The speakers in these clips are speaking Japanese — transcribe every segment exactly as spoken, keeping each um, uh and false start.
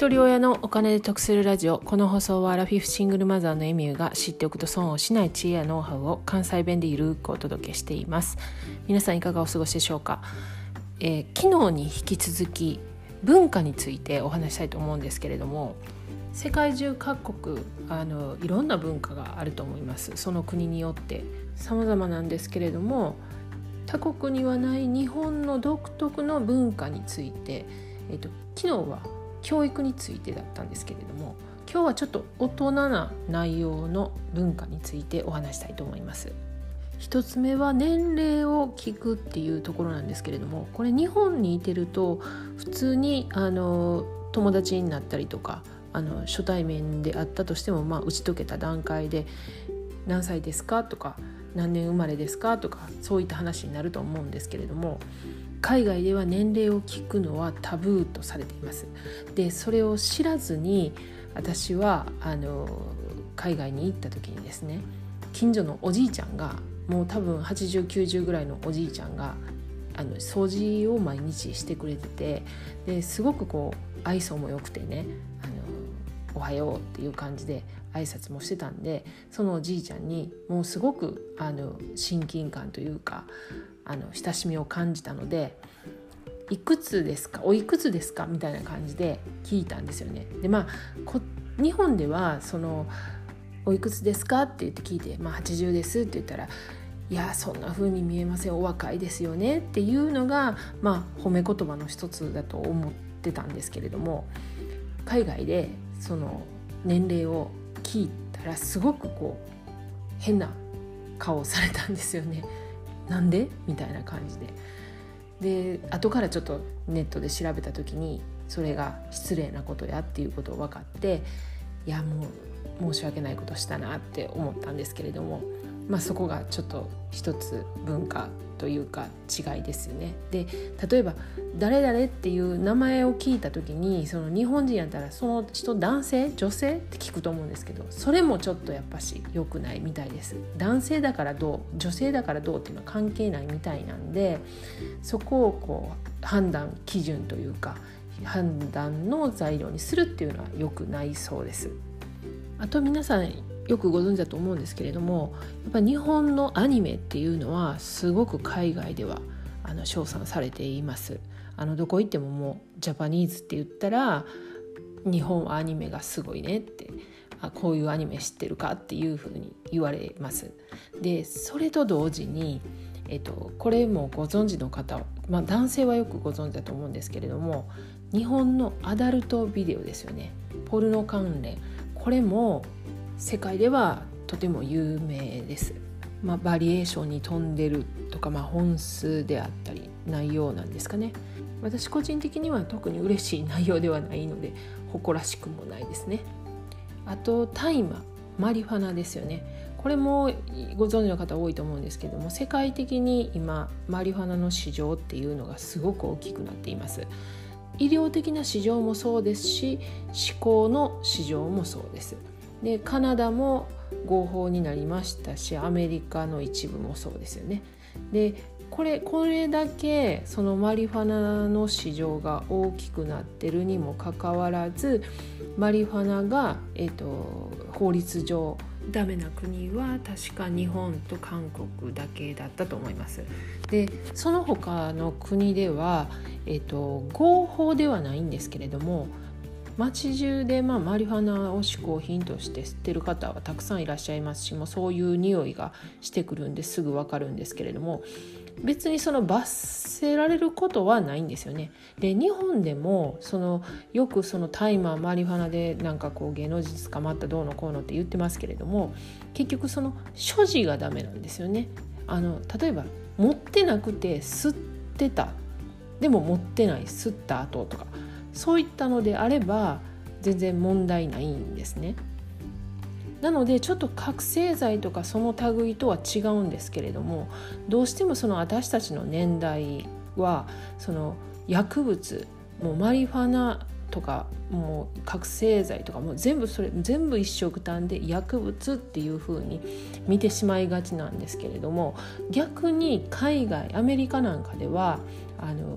一人親のお金で得するラジオ。この放送はアラフィフシングルマザーのエミューが知っておくと損をしない知恵やノウハウを関西弁でゆるくお届けしています。皆さんいかがお過ごしでしょうか。えー、昨日に引き続き文化についてお話したいと思うんですけれども、世界中各国あのいろんな文化があると思います。その国によって様々なんですけれども、他国にはない日本の独特の文化について、えーと、昨日は教育についてだったんですけれども、今日はちょっと大人な内容の文化についてお話したいと思います。一つ目は年齢を聞くっていうところなんですけれども、これ日本にいてると普通にあの友達になったりとか、あの初対面であったとしても、まあ、打ち解けた段階で何歳ですかとか何年生まれですかとか、そういった話になると思うんですけれども、海外では年齢を聞くのはタブーとされています。で、それを知らずに私はあの海外に行った時にですね、近所のおじいちゃんがもう多分はちじゅうきゅうじゅうぐらいのおじいちゃんがあの掃除を毎日してくれてて、ですごくこう愛想も良くてね、あのおはようっていう感じで挨拶もしてたんで、そのおじいちゃんにもうすごくあの親近感というか、あの親しみを感じたので、いくつですか、おいくつですかみたいな感じで聞いたんですよね。で、まあこ日本ではそのおいくつですかって言って聞いて、まあ、はちじゅうですって言ったら、いやそんな風に見えません、お若いですよねっていうのが、まあ、褒め言葉の一つだと思ってたんですけれども、海外でその年齢を聞いたらすごくこう変な顔をされたんですよね。なんでみたいな感じで、で後からちょっとネットで調べた時にそれが失礼なことやっていうことを分かって、いやもう申し訳ないことしたなって思ったんですけれども、まあ、そこがちょっと一つ文化というか違いですよね。で、例えば誰々っていう名前を聞いた時に、その日本人やったらその人男性女性って聞くと思うんですけど、それもちょっとやっぱし良くないみたいです。男性だからどう女性だからどうっていうのは関係ないみたいなんで、そこをこう判断基準というか判断の材料にするっていうのは良くないそうです。あと皆さんよくご存知だと思うんですけれども、やっぱ日本のアニメっていうのはすごく海外ではあの称賛されています。あのどこ行ってももうジャパニーズって言ったら日本はアニメがすごいねって、あこういうアニメ知ってるかっていうふうに言われます。で、それと同時に、えっと、これもご存知の方、まあ、男性はよくご存知だと思うんですけれども、日本のアダルトビデオですよね、ポルノ関連、これも世界ではとても有名です。まあ、バリエーションに富んでるとか、まあ、本数であったり内容なんですかね。私個人的には特に嬉しい内容ではないので誇らしくもないですね。あと大麻、マリファナですよね。これもご存知の方多いと思うんですけども、世界的に今マリファナの市場っていうのがすごく大きくなっています。医療的な市場もそうですし、思考の市場もそうです。で、カナダも合法になりましたし、アメリカの一部もそうですよね。で、これこれだけそのマリファナの市場が大きくなってるにもかかわらず、マリファナが、えーと、法律上ダメな国は確か日本と韓国だけだったと思います。で、その他の国では、えーと、合法ではないんですけれども、街中で、まあ、マリファナを嗜好品として吸ってる方はたくさんいらっしゃいますし、もうそういう匂いがしてくるんですぐ分かるんですけれども、別にその罰せられることはないんですよね。で、日本でもそのよくその大麻マリファナでなんかこう芸能人捕まったどうのこうのって言ってますけれども、結局その所持がダメなんですよね。あの例えば持ってなくて吸ってた、でも持ってない、吸った後とか、そういったのであれば全然問題ないんですね。なのでちょっと覚醒剤とかその類とは違うんですけれども、どうしてもその私たちの年代はその薬物、もうマリファナとかもう覚醒剤とかもう全部それ全部一緒くたんで薬物っていう風に見てしまいがちなんですけれども、逆に海外アメリカなんかではあの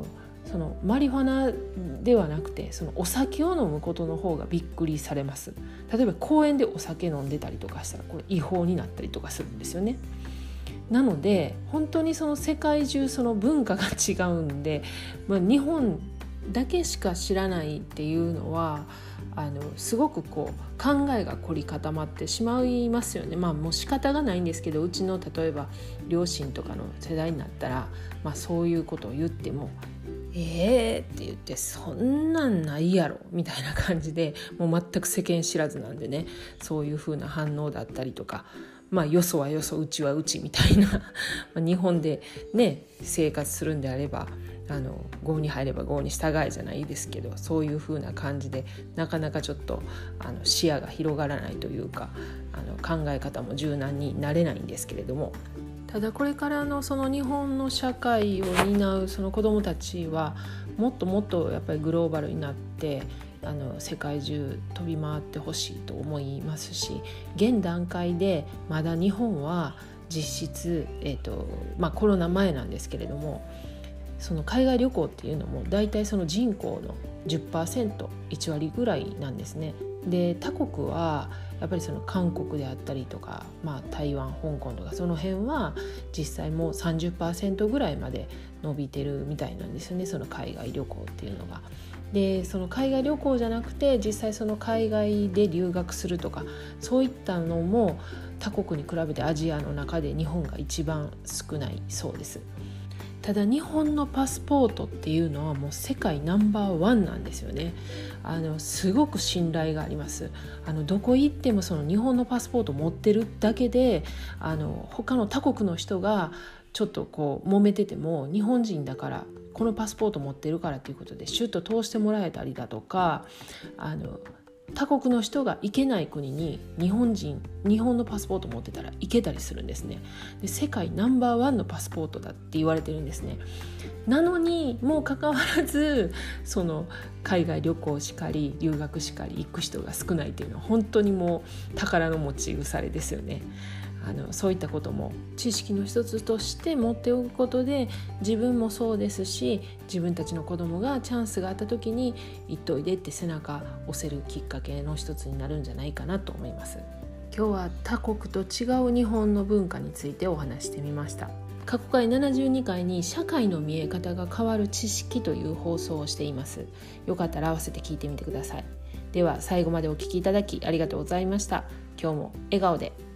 そのマリファナではなくてそのお酒を飲むことの方がびっくりされます。例えば公園でお酒飲んでたりとかしたらこれ違法になったりとかするんですよね。なので本当にその世界中その文化が違うんで、まあ、日本だけしか知らないっていうのはあのすごくこう考えが凝り固まってしまいますよね。まあもう仕方がないんですけど、うちの例えば両親とかの世代になったら、まあ、そういうことを言ってもえーって言ってそんなんないやろみたいな感じで、もう全く世間知らずなんでね、そういう風な反応だったりとか、まあよそはよそ、うちはうちみたいな日本でね生活するんであればあの郷に入れば郷に従えじゃないですけど、そういう風な感じでなかなかちょっとあの視野が広がらないというか、あの考え方も柔軟になれないんですけれども、ただこれからのその日本の社会を担うその子どもたちはもっともっとやっぱりグローバルになってあの世界中飛び回ってほしいと思いますし、現段階でまだ日本は実質、えーとまあ、コロナ前なんですけれども、その海外旅行っていうのもだいたいその人口の じゅっパーセント、いちわりぐらいなんですね。で他国はやっぱりその韓国であったりとか、まあ、台湾、香港とかその辺は実際もう さんじゅっパーセント ぐらいまで伸びてるみたいなんですよね、その海外旅行っていうのが。でその海外旅行じゃなくて実際その海外で留学するとかそういったのも他国に比べてアジアの中で日本が一番少ないそうです。ただ日本のパスポートっていうのはもう世界ナンバーワンなんですよね。あのすごく信頼があります。あのどこ行ってもその日本のパスポート持ってるだけであの他の他国の人がちょっとこう揉めてても日本人だからこのパスポート持ってるからということでシュッと通してもらえたりだとか、あの他国の人が行けない国に日本人日本のパスポート持ってたら行けたりするんですね。で世界ナンバーワンのパスポートだって言われてるんですね。なのにもうかかわらずその海外旅行しかり留学しかり行く人が少ないっていうのは本当にもう宝の持ち腐れですよね。あのそういったことも知識の一つとして持っておくことで自分もそうですし、自分たちの子供がチャンスがあった時に行っといでって背中押せるきっかけの一つになるんじゃないかなと思います。今日は他国と違う日本の文化についてお話してみました。過去回ななじゅうにかいに社会の見え方が変わる知識という放送をしています。よかったら合わせて聞いてみてください。では最後までお聞きいただきありがとうございました。今日も笑顔で。